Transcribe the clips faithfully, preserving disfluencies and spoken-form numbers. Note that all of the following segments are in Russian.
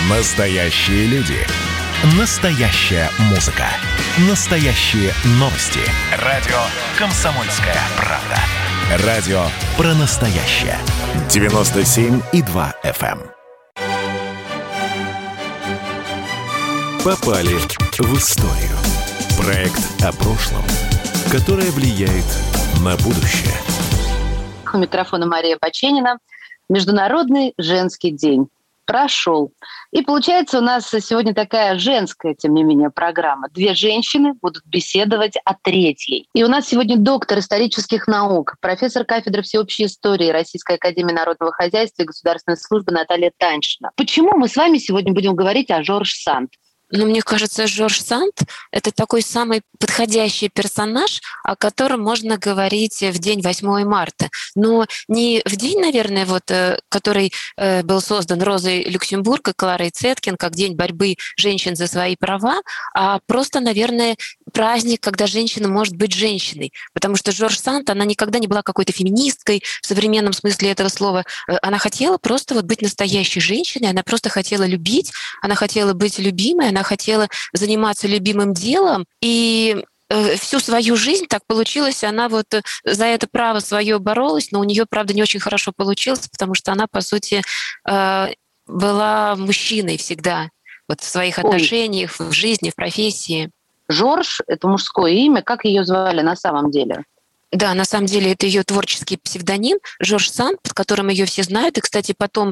Настоящие люди. Настоящая музыка. Настоящие новости. Радио «Комсомольская правда». Радио про настоящее. девяносто семь и два эф эм. Попали в историю. Проект о прошлом, которое влияет на будущее. У микрофона Мария Баченина. Международный женский день прошел. И получается у нас сегодня такая женская, тем не менее, программа. Две женщины будут беседовать о третьей. И у нас сегодня доктор исторических наук, профессор кафедры всеобщей истории Российской академии народного хозяйства и государственной службы Наталья Таньшина. Почему мы с вами сегодня будем говорить о Жорж Санд? Ну, мне кажется, Жорж Санд — это такой самый подходящий персонаж, о котором можно говорить в день восьмого марта. Но не в день, наверное, вот, который был создан Розой Люксембург и Кларой Цеткин как день борьбы женщин за свои права, а просто, наверное, праздник, когда женщина может быть женщиной. Потому что Жорж Санд, она никогда не была какой-то феминисткой в современном смысле этого слова. Она хотела просто вот быть настоящей женщиной, она просто хотела любить, она хотела быть любимой, она хотела заниматься любимым делом, и всю свою жизнь так получилось, она вот за это право свое боролась, но у нее, правда, не очень хорошо получилось, потому что она, по сути, была мужчиной всегда вот в своих отношениях, в жизни, в профессии. Жорж — это мужское имя. Как ее звали на самом деле? Да, на самом деле это ее творческий псевдоним Жорж Санд, под которым ее все знают. И, кстати, потом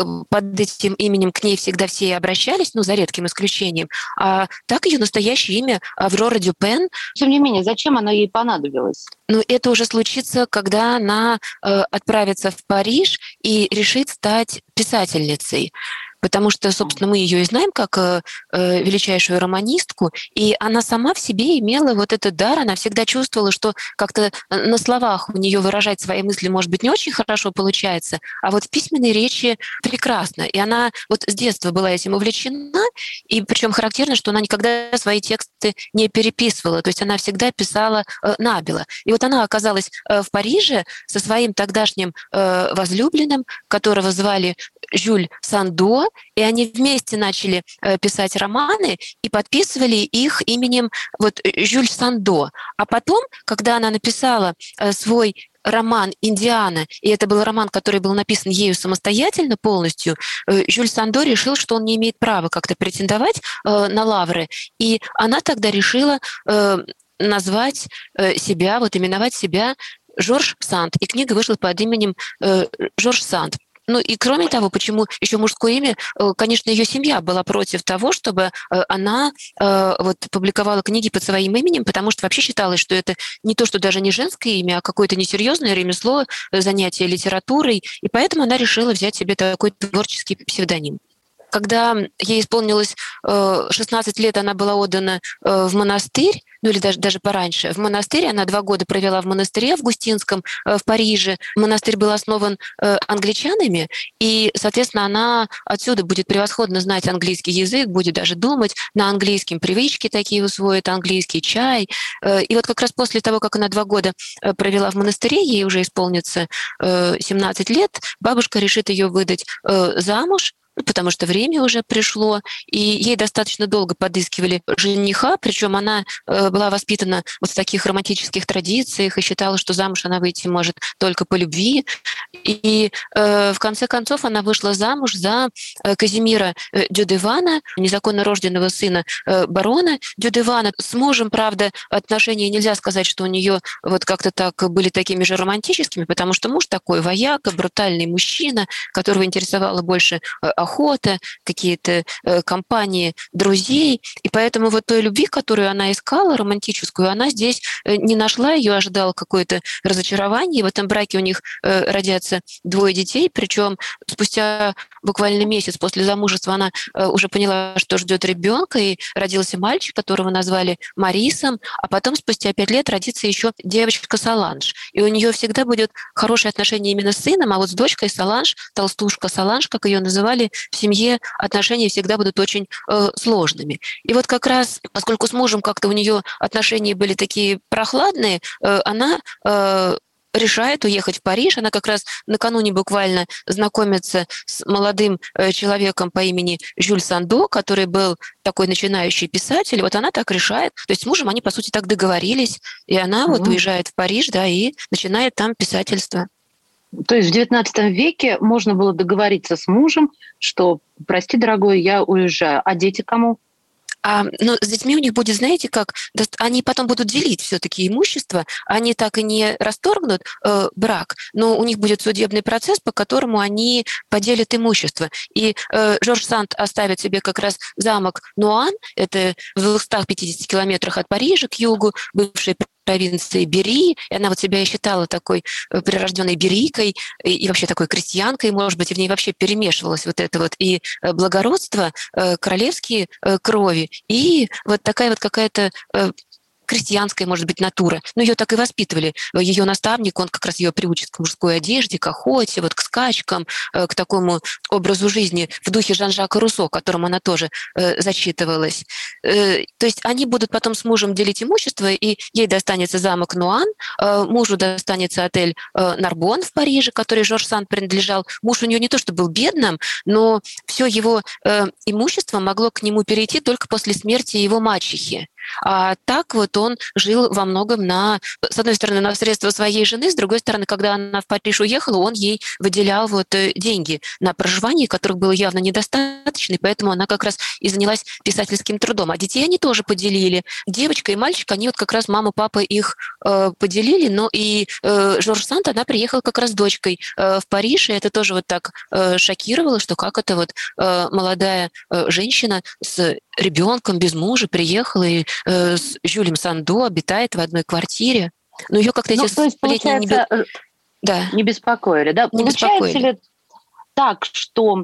под этим именем к ней всегда все обращались, ну, за редким исключением. А так ее настоящее имя Аврора Дюпен. Тем не менее, зачем оно ей понадобилось? Ну, это уже случится, когда она э, отправится в Париж и решит стать писательницей. Потому что, собственно, мы ее и знаем как э, величайшую романистку, и она сама в себе имела вот этот дар, она всегда чувствовала, что как-то на словах у нее выражать свои мысли, может быть, не очень хорошо получается, а вот в письменной речи прекрасно. И она вот с детства была этим увлечена, и причем характерно, что она никогда свои тексты не переписывала, то есть она всегда писала э, набело. И вот она оказалась э, в Париже со своим тогдашним э, возлюбленным, которого звали Жюль Сандо, и они вместе начали э, писать романы и подписывали их именем вот Жюль Сандо. А потом, когда она написала э, свой роман «Индиана», и это был роман, который был написан ею самостоятельно полностью, э, Жюль Сандо решил, что он не имеет права как-то претендовать э, на лавры, и она тогда решила э, назвать э, себя, вот именовать себя Жорж Санд, и книга вышла под именем э, Жорж Санд. Ну и кроме того, почему еще мужское имя, конечно, ее семья была против того, чтобы она вот публиковала книги под своим именем, потому что вообще считалось, что это не то, что даже не женское имя, а какое-то несерьезное ремесло, занятие литературой, и поэтому она решила взять себе такой творческий псевдоним. Когда ей исполнилось шестнадцать лет, она была отдана в монастырь, ну или даже, даже пораньше, в монастырь. Она два года провела в монастыре Августинском в Париже. Монастырь был основан англичанами, и, соответственно, она отсюда будет превосходно знать английский язык, будет даже думать на английском, привычки такие усвоит, английский чай. И вот как раз после того, как она два года провела в монастыре, ей уже исполнится семнадцать лет, бабушка решит ее выдать замуж, потому что время уже пришло, и ей достаточно долго подыскивали жениха, причем она э, была воспитана вот в таких романтических традициях и считала, что замуж она выйти может только по любви. И э, в конце концов она вышла замуж за э, Казимира э, Дюдевана, незаконно рожденного сына э, барона Дюдевана. С мужем, правда, отношения нельзя сказать, что у нее вот как-то так были такими же романтическими, потому что муж такой вояка, брутальный мужчина, которого интересовало больше э, охота, какие-то э, компании друзей. И поэтому вот той любви, которую она искала, романтическую, она здесь э, не нашла, ее ожидало какое-то разочарование. И в этом браке у них э, родятся двое детей, причем спустя буквально месяц после замужества она э, уже поняла, что ждет ребенка, и родился мальчик, которого назвали Марисом, а потом спустя пять лет родится еще девочка Соланж. И у нее всегда будет хорошее отношение именно с сыном, а вот с дочкой Соланж, толстушка Соланж, как ее называли, в семье отношения всегда будут очень э, сложными. И вот как раз, поскольку с мужем как-то у нее отношения были такие прохладные, э, она э, решает уехать в Париж. Она как раз накануне буквально знакомится с молодым человеком по имени Жюль Сандо, который был такой начинающий писатель. Вот она так решает. То есть с мужем они, по сути, так договорились. И она mm-hmm. вот уезжает в Париж, да, и начинает там писательство. То есть в девятнадцатом веке можно было договориться с мужем, что, прости, дорогой, я уезжаю. А дети кому? А, но с детьми у них будет, знаете, как они потом будут делить все-таки имущество, они так и не расторгнут э, брак, но у них будет судебный процесс, по которому они поделят имущество. И э, Жорж Санд оставит себе как раз замок Нуан, это в двухстах пятидесяти километрах от Парижа к югу, бывшей провинции Бери, и она вот себя и считала такой прирожденной берийкой и, и вообще такой крестьянкой, может быть, и в ней вообще перемешивалось вот это вот и благородство, королевские крови, и вот такая вот какая-то крестьянская, может быть, натура. Но ее так и воспитывали. Ее наставник, он как раз ее приучит к мужской одежде, к охоте, вот к скачкам, к такому образу жизни в духе Жан-Жака Руссо, которому она тоже э, зачитывалась. Э, то есть они будут потом с мужем делить имущество, и ей достанется замок Нуан, э, мужу достанется отель э, Нарбон в Париже, который Жорж Санд принадлежал. Муж у нее не то что был бедным, но все его э, имущество могло к нему перейти только после смерти его мачехи. А так вот он жил во многом на, с одной стороны, на средства своей жены, с другой стороны, когда она в Париж уехала, он ей выделял вот деньги на проживание, которых было явно недостаточно, и поэтому она как раз и занялась писательским трудом. А детей они тоже поделили. Девочка и мальчик, они вот как раз мама, папа их э, поделили, но и э, Жорж Санд, она приехала как раз с дочкой э, в Париж, и это тоже вот так э, шокировало, что как это вот э, молодая э, женщина с ребенком без мужа приехала и э, с Жюлем Сандо обитает в одной квартире. Но ее как-то ну, эти то есть, сплетни не, бе... да. не беспокоили. Да? Не Получается беспокоили. ли так, что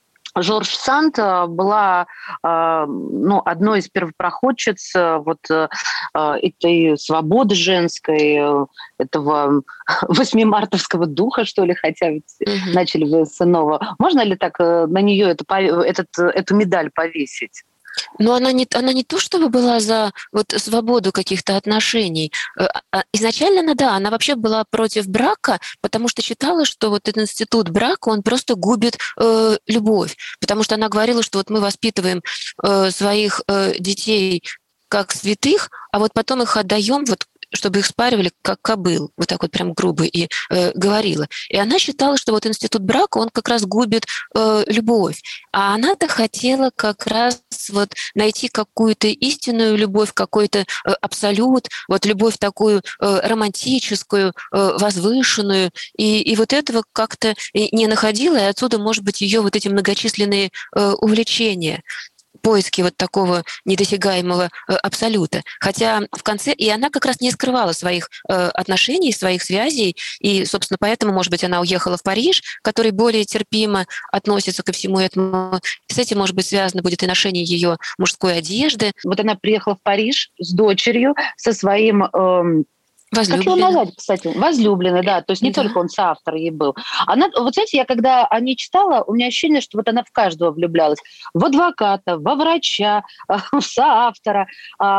Жорж Санд была э, ну, одной из первопроходчиц э, вот, э, этой свободы женской, э, этого восьмимартовского духа, что ли, хотя ведь mm-hmm. начали вы с иного. Можно ли так э, на нее это, этот, эту медаль повесить? Но она не, она не то чтобы была за вот, свободу каких-то отношений. Изначально она, да, она вообще была против брака, потому что считала, что вот этот институт брака, он просто губит э, любовь. Потому что она говорила, что вот мы воспитываем э, своих э, детей как святых, а вот потом их отдаем вот чтобы их спаривали как кобыл, вот так вот прям грубо и э, говорила. И она считала, что вот институт брака, он как раз губит э, любовь. А она-то хотела как раз вот найти какую-то истинную любовь, какой-то э, абсолют, вот любовь такую э, романтическую, э, возвышенную. И, и вот этого как-то не находила, и отсюда, может быть, ее вот эти многочисленные э, увлечения. Поиски вот такого недосягаемого э, абсолюта. Хотя в конце... И она как раз не скрывала своих э, отношений, своих связей, и, собственно, поэтому, может быть, она уехала в Париж, который более терпимо относится ко всему этому. И с этим, может быть, связано будет и ношение ее мужской одежды. Вот она приехала в Париж с дочерью, со своим... Эм... Как его назвать, кстати? Возлюбленный, да. То есть не да. только он соавтор ей был. Она, вот знаете, я когда о ней читала, у меня ощущение, что вот она в каждого влюблялась. В адвоката, во врача, в соавтора.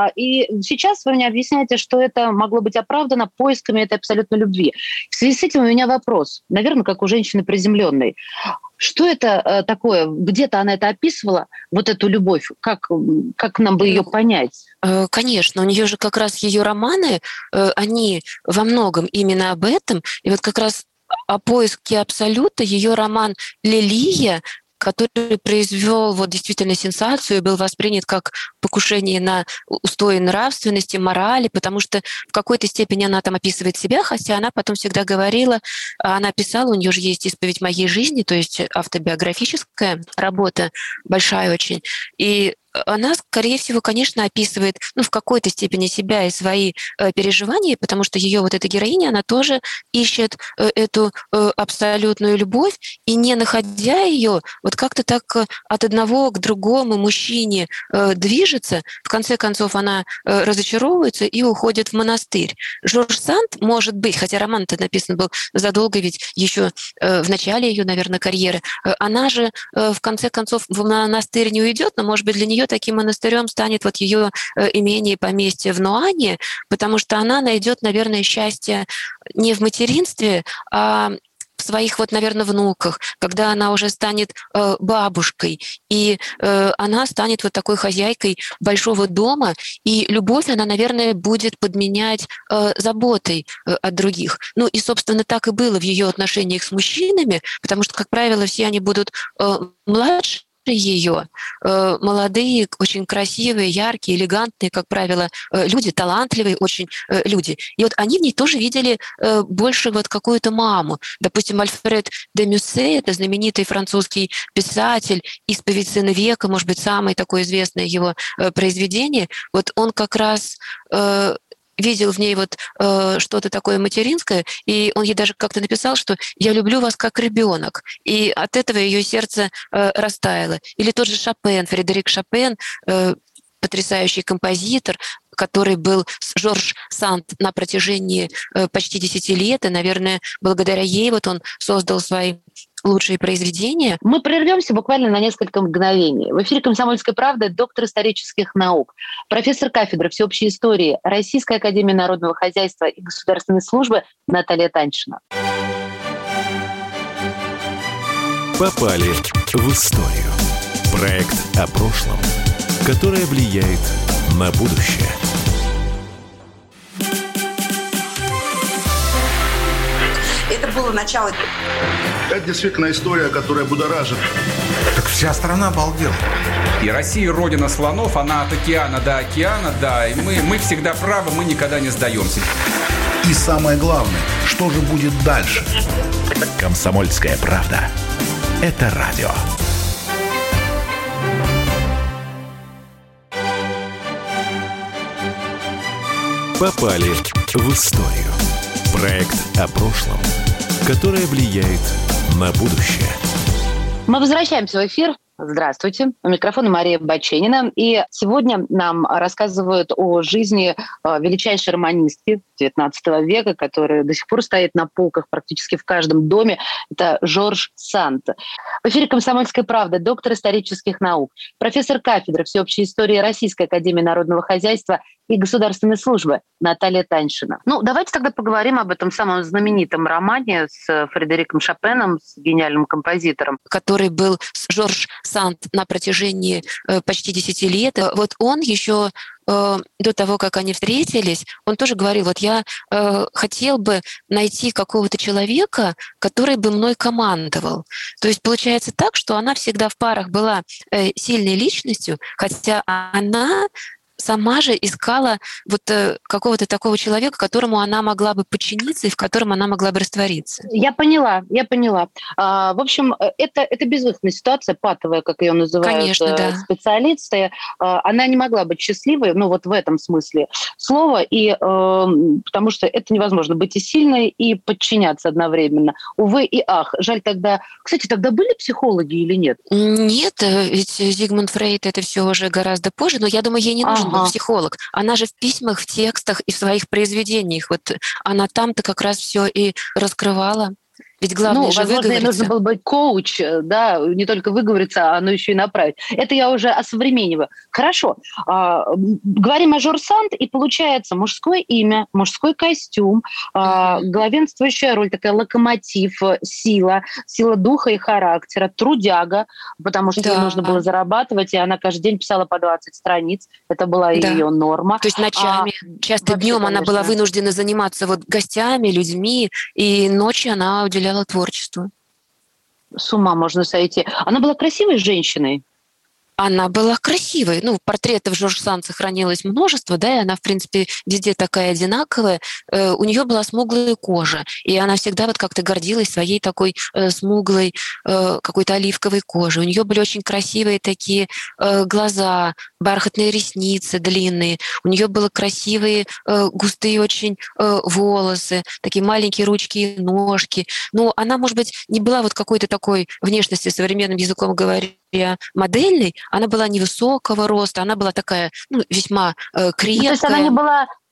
И сейчас вы мне объясняете, что это могло быть оправдано поисками этой абсолютной любви. В связи с этим у меня вопрос, наверное, как у женщины приземленной. Что это такое? Где-то она это описывала, вот эту любовь? Как, как нам бы ее понять? Конечно, у нее же как раз ее романы, они во многом именно об этом. И вот как раз о поиске абсолюта ее роман «Лилия», который произвел вот действительно сенсацию и был воспринят как покушение на устои нравственности, морали, потому что в какой-то степени она там описывает себя, хотя она потом всегда говорила, она писала, у нее же есть «Исповедь моей жизни», то есть автобиографическая работа, большая очень, и она, скорее всего, конечно, описывает ну, в какой-то степени себя и свои э, переживания, потому что ее вот эта героиня, она тоже ищет э, эту э, абсолютную любовь, и не находя ее, вот как-то так э, от одного к другому мужчине э, движется, в конце концов она э, разочаровывается и уходит в монастырь. Жорж Санд, может быть, хотя роман-то написан был задолго, ведь еще э, в начале ее, наверное, карьеры, э, она же э, в конце концов в монастырь не уйдет, но, может быть, для нее таким монастырем станет вот ее имение и поместье в Нуане, потому что она найдет, наверное, счастье не в материнстве, а в своих вот, наверное, внуках, когда она уже станет э, бабушкой, и э, она станет вот такой хозяйкой большого дома, и любовь она, наверное, будет подменять э, заботой э, от других. Ну и, собственно, так и было в ее отношениях с мужчинами, потому что, как правило, все они будут э, младше ее, э, молодые, очень красивые, яркие, элегантные, как правило, э, люди, талантливые очень э, люди. И вот они в ней тоже видели э, больше вот какую-то маму. Допустим, Альфред де Мюссе, это знаменитый французский писатель, исповедь сына века, может быть, самое такое известное его э, произведение, вот он как раз э, видел в ней вот э, что-то такое материнское, и он ей даже как-то написал, что «я люблю вас как ребенок», и от этого ее сердце э, растаяло. Или тот же Шопен, Фредерик Шопен, э, потрясающий композитор, который был с Жорж Санд на протяжении э, почти десяти лет, и, наверное, благодаря ей вот он создал свои лучшие произведения. Мы прервемся буквально на несколько мгновений. В эфире «Комсомольской правды» доктор исторических наук, профессор кафедры всеобщей истории Российской академии народного хозяйства и государственной службы Наталья Таньшина. Попали в историю. Проект о прошлом, которое влияет на будущее. Это было начало. Это действительно история, которая будоражит. Так вся страна обалдела. И Россия родина слонов, она от океана до океана, да. И мы, мы всегда правы, мы никогда не сдаемся. И самое главное, что же будет дальше? «Комсомольская правда». Это радио. Попали в историю. Проект о прошлом, которое влияет на будущее. Мы возвращаемся в эфир. Здравствуйте. У микрофона Мария Баченина. И сегодня нам рассказывают о жизни величайшей романистки девятнадцатого века, которая до сих пор стоит на полках практически в каждом доме. Это Жорж Санд. В эфире «Комсомольская правда», доктор исторических наук, профессор кафедры всеобщей истории Российской академии народного хозяйства и государственной службы Наталья Таньшина. Ну, давайте тогда поговорим об этом самом знаменитом романе с Фредериком Шопеном, с гениальным композитором. Который был с Жорж Санд на протяжении э, почти десяти лет. Вот он еще э, до того, как они встретились, он тоже говорил, вот я э, хотел бы найти какого-то человека, который бы мной командовал. То есть получается так, что она всегда в парах была э, сильной личностью, хотя она сама же искала вот э, какого-то такого человека, которому она могла бы подчиниться и в котором она могла бы раствориться. Я поняла, я поняла. А, в общем, это, это безвыходная ситуация, патовая, как ее называют Конечно, да. специалисты. А, она не могла быть счастливой, ну вот в этом смысле слова, и, э, потому что это невозможно быть и сильной, и подчиняться одновременно. Увы и ах. Жаль тогда... Кстати, тогда были психологи или нет? Нет, ведь Зигмунд Фрейд это все уже гораздо позже, но я думаю, ей не нужен был психолог. Она же в письмах, в текстах и в своих произведениях, вот она там-то как раз все и раскрывала. Ведь главное ну, же возможно, ей нужно было быть коуч, да, не только выговориться, но еще и направить. Это я уже осовремениваю. Хорошо. А, говорим о Жорж Санд, и получается мужское имя, мужской костюм, а, главенствующая роль, такая локомотив, сила, сила духа и характера, трудяга, потому что да. ей нужно было зарабатывать, и она каждый день писала по двадцать страниц. Это была да. ее норма. То есть ночами, а, часто днем она была вынуждена заниматься вот гостями, людьми, и ночью она уделяла творчеству. С ума можно сойти. Она была красивой женщиной? Она была красивой. Ну, портретов Жорж Санд сохранилось множество, да, и она, в принципе, везде такая одинаковая. Э, у нее была смуглая кожа, и она всегда вот как-то гордилась своей такой э, смуглой, э, какой-то оливковой кожей. У нее были очень красивые такие э, глаза, бархатные ресницы длинные. У нее были красивые, э, густые очень э, волосы, такие маленькие ручки и ножки. Но она, может быть, не была вот какой-то такой внешности, современным языком говоря, модельной, она была невысокого роста, она была такая, ну, весьма э, крепкая. Ну, то есть она не была,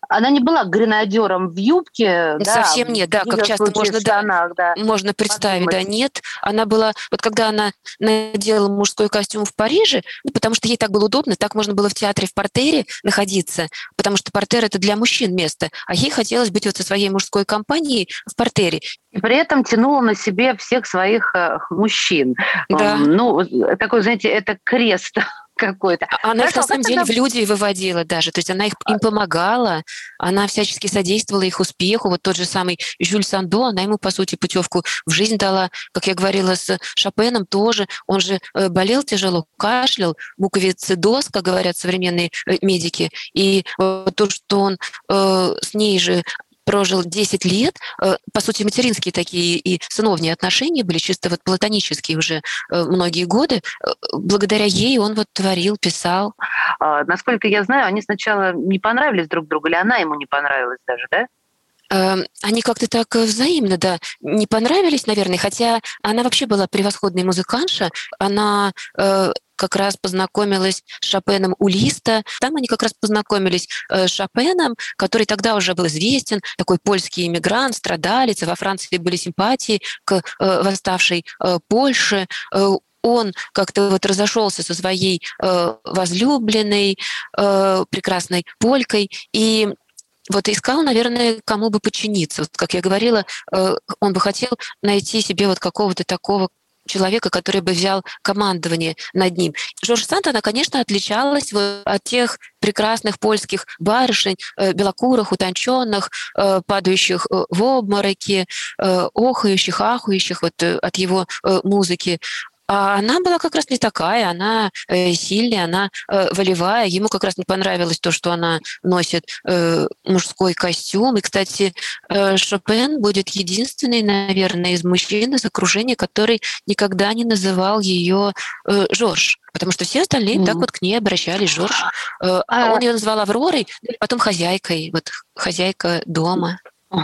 Она не была гренадером в юбке, да? Совсем нет, да, как часто можно, штанах, да, да, можно представить, подумать. да, нет. Она была, вот когда она надела мужской костюм в Париже, ну, потому что ей так было удобно, так можно было в театре в партере находиться, потому что партер — это для мужчин место, а ей хотелось быть вот со своей мужской компанией в партере. И при этом тянула на себе всех своих э, мужчин. Да. Эм, ну, такой, знаете, это крест какой-то. Она Хорошо, их на как самом деле тогда- в люди выводила даже, то есть она их, им помогала, она всячески содействовала их успеху. Вот тот же самый Жюль Сандо, она ему, по сути, путевку в жизнь дала. Как я говорила с Шопеном тоже, он же э, болел тяжело, кашлял, муковисцидоз, как говорят современные э, медики. И э, то, что он э, с ней же прожил десять лет, э, по сути, материнские такие и сыновние отношения были, чисто вот платонические уже э, многие годы. Э, Благодаря ей он вот творил, писал. А, насколько я знаю, они сначала не понравились друг другу, или она ему не понравилась даже, да? Э, Они как-то так э, взаимно, да, не понравились, наверное, хотя она вообще была превосходной музыкантша. Она э, как раз познакомилась с Шопеном у Листа. Там они как раз познакомились э, с Шопеном, который тогда уже был известен, такой польский иммигрант, страдалец. Во Франции были симпатии к э, восставшей э, Польше. Э, он как-то вот разошелся со своей э, возлюбленной, э, прекрасной полькой, и вот искал, наверное, кому бы подчиниться. Вот, как я говорила, э, он бы хотел найти себе вот какого-то такого человека, который бы взял командование над ним. Жорж Санд, она, конечно, отличалась вот от тех прекрасных польских барышень, э, белокурых, утонченных, э, падающих э, в обмороки, э, охающих, ахающих вот, э, от его э, музыки. А она была как раз не такая, она э, сильная, она э, волевая. Ему как раз не понравилось то, что она носит э, мужской костюм. И, кстати, э, Шопен будет единственный, наверное, из мужчин из окружения, который никогда не называл ее э, Жорж. Потому что все остальные mm-hmm. так вот к ней обращались, Жорж. Э, а он ее назвал Авророй, потом хозяйкой, вот хозяйка дома.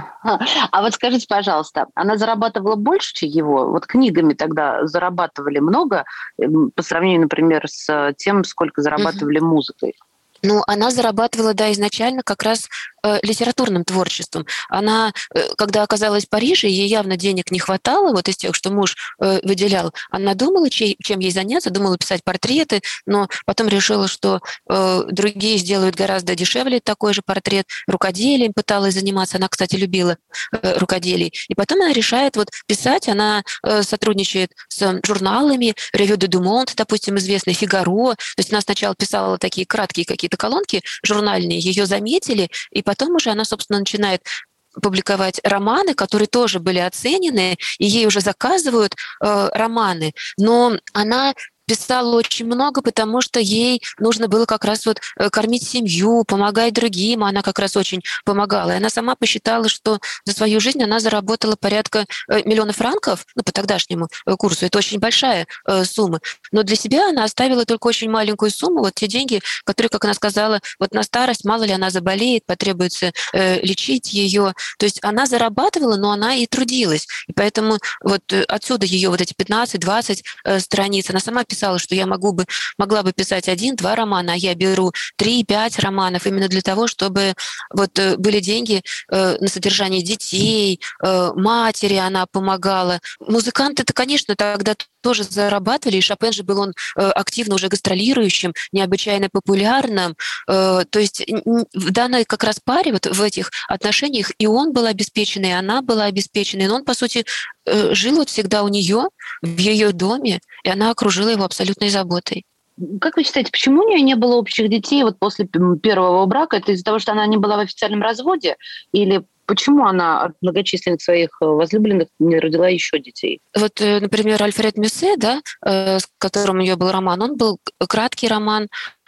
А вот скажите, пожалуйста, она зарабатывала больше, чем его? Вот книгами тогда зарабатывали много по сравнению, например, с тем, сколько зарабатывали mm-hmm. музыкой? Ну, она зарабатывала, да, изначально как раз э, литературным творчеством. Она, э, когда оказалась в Париже, ей явно денег не хватало, вот из тех, что муж э, выделял. Она думала, чей, чем ей заняться, думала писать портреты, но потом решила, что э, другие сделают гораздо дешевле такой же портрет. Рукоделием пыталась заниматься. Она, кстати, любила э, рукоделие. И потом она решает вот писать. Она э, сотрудничает с журналами, Revue de Dumont, допустим, известный, Фигаро. То есть она сначала писала такие краткие какие-то колонки журнальные, ее заметили, и потом уже она, собственно, начинает публиковать романы, которые тоже были оценены, и ей уже заказывают э, романы. Но она писала очень много, потому что ей нужно было как раз вот кормить семью, помогать другим. Она как раз очень помогала. И она сама посчитала, что за свою жизнь она заработала порядка миллиона франков, ну, по тогдашнему курсу. Это очень большая э, сумма. Но для себя она оставила только очень маленькую сумму, вот те деньги, которые, как она сказала, вот на старость, мало ли она заболеет, потребуется э, лечить ее. То есть она зарабатывала, но она и трудилась. И поэтому вот отсюда ее вот эти пятнадцать-двадцать э, страниц. Она сама писала, что я могу бы, могла бы писать один-два романа, а я беру три-пять романов именно для того, чтобы вот были деньги э, на содержание детей, э, матери она помогала. Музыканты-то, конечно, тогда тоже зарабатывали, и Шопен же был он э, активно уже гастролирующим, необычайно популярным. Э, то есть в данной как раз паре, вот в этих отношениях и он был обеспеченный, и она была обеспеченной, но он, по сути, э, жил вот всегда у нее, в ее доме, и она окружила его абсолютной заботой. Как вы считаете, почему у нее не было общих детей вот после первого брака? Это из-за того, что она не была в официальном разводе? Или почему она от многочисленных своих возлюбленных не родила еще детей? Вот, например, Альфред Мюссе, да, с которым у нее был роман, он был краткий роман.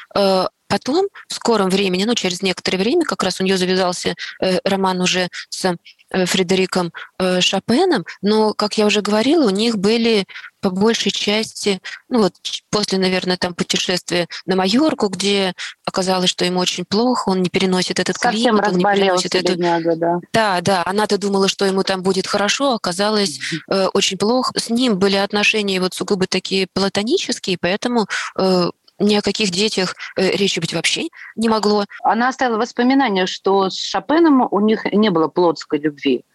Потом, в скором времени, ну, через некоторое время, как раз у нее завязался роман уже с Фредериком Шопеном, но, как я уже говорила, у них были по большей части, ну вот после, наверное, там путешествия на Майорку, где оказалось, что ему очень плохо, он не переносит этот Совсем климат, он не переносит эту... бедняга, да. Да, да, она-то думала, что ему там будет хорошо, оказалось э, очень плохо. С ним были отношения вот сугубо такие платонические, поэтому э, ни о каких детях речи быть вообще не могло. Она оставила воспоминания, что с Шопеном у них не было плотской любви.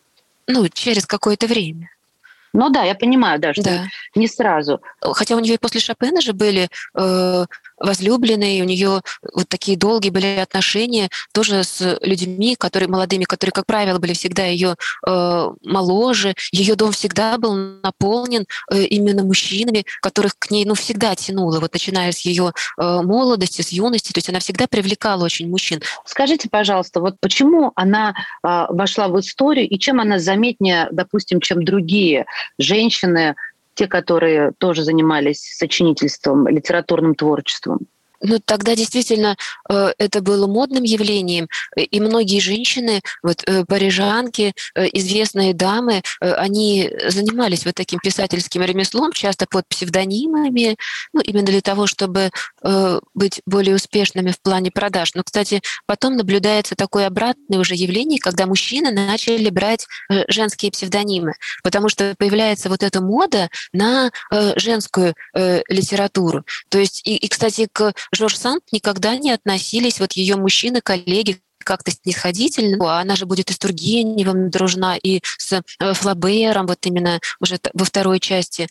Ну, через какое-то время. Ну да, я понимаю, да, что да. не сразу. Хотя у нее и после Шопена же были э, возлюбленные, у нее вот такие долгие были отношения тоже с людьми, которые молодыми, которые, как правило, были всегда ее э, моложе. Ее дом всегда был наполнен э, именно мужчинами, которых к ней ну, всегда тянуло, вот начиная с ее э, молодости, с юности. То есть она всегда привлекала очень мужчин. Скажите, пожалуйста, вот почему она э, вошла в историю и чем она заметнее, допустим, чем другие женщины, те, которые тоже занимались сочинительством, литературным творчеством? Ну, тогда действительно э, это было модным явлением, и многие женщины, вот э, парижанки, э, известные дамы, э, они занимались вот таким писательским ремеслом, часто под псевдонимами, ну, именно для того, чтобы э, быть более успешными в плане продаж. Но, кстати, потом наблюдается такое обратное уже явление, когда мужчины начали брать э, женские псевдонимы, потому что появляется вот эта мода на э, женскую э, литературу. То есть, и, и кстати, к Жорж Санд никогда не относились вот ее мужчины, коллеги, как-то снисходительно. Она же будет и с Тургеневым дружна, и с Флабером, вот именно уже во второй части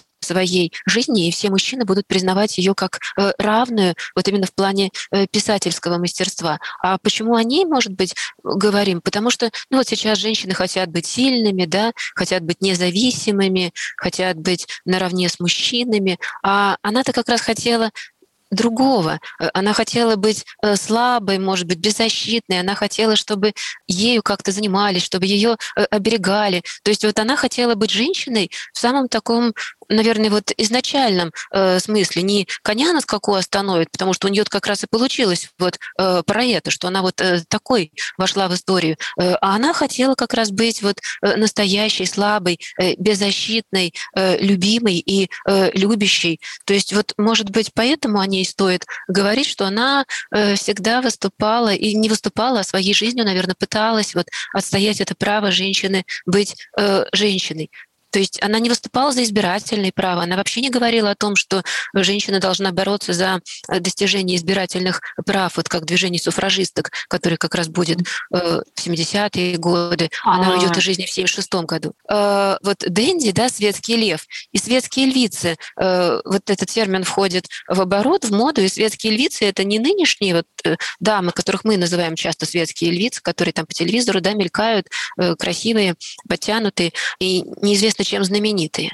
своей жизни, и все мужчины будут признавать ее как равную вот именно в плане писательского мастерства. А почему о ней, может быть, говорим? Потому что ну, вот сейчас женщины хотят быть сильными, да, хотят быть независимыми, хотят быть наравне с мужчинами, а она-то как раз хотела другого. Она хотела быть слабой, может быть, беззащитной. Она хотела, чтобы ею как-то занимались, чтобы ее оберегали. То есть вот она хотела быть женщиной в самом таком, наверное, вот изначальном э, смысле. Не коня на скаку остановит, потому что у нее как раз и получилось вот э, про это, что она вот э, такой вошла в историю. Э, а она хотела как раз быть вот э, настоящей, слабой, э, беззащитной, э, любимой и э, любящей. То есть вот, может быть, поэтому о ней стоит говорить, что она э, всегда выступала и не выступала, а своей жизнью, наверное, пыталась вот отстоять это право женщины быть э, женщиной. То есть она не выступала за избирательные права, она вообще не говорила о том, что женщина должна бороться за достижение избирательных прав, вот как движение суфражисток, которое как раз будет э, в семидесятые годы, А-а-а. Она уйдет из жизни в семьдесят шестом году. Э, вот Дэнди, да, светский лев, и светские львицы, э, вот этот термин входит в оборот, в моду, и светские львицы — это не нынешние вот, э, дамы, которых мы называем часто светские львицы, которые там по телевизору, да, мелькают, э, красивые, подтянутые, и неизвестно, чем знаменитые.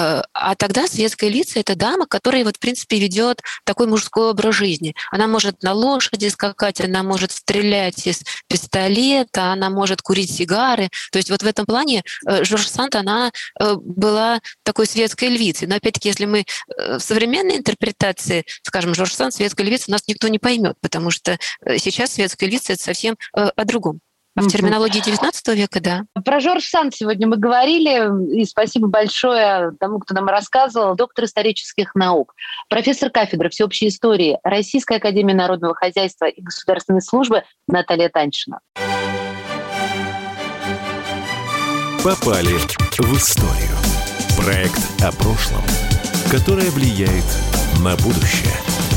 А тогда светская львица — это дама, которая, вот, в принципе, ведет такой мужской образ жизни. Она может на лошади скакать, она может стрелять из пистолета, она может курить сигары. То есть вот в этом плане Жорж Санд, она была такой светской львицей. Но опять-таки, если мы в современной интерпретации скажем Жорж Санд, светская львица, нас никто не поймет, потому что сейчас светская львица — это совсем о другом. А в терминологии девятнадцатого века, да. Про Жорж Санд сегодня мы говорили, и спасибо большое тому, кто нам рассказывал, доктор исторических наук, профессор кафедры всеобщей истории Российской академии народного хозяйства и государственной службы Наталья Таньшина. Попали в историю. Проект о прошлом, которое влияет на будущее.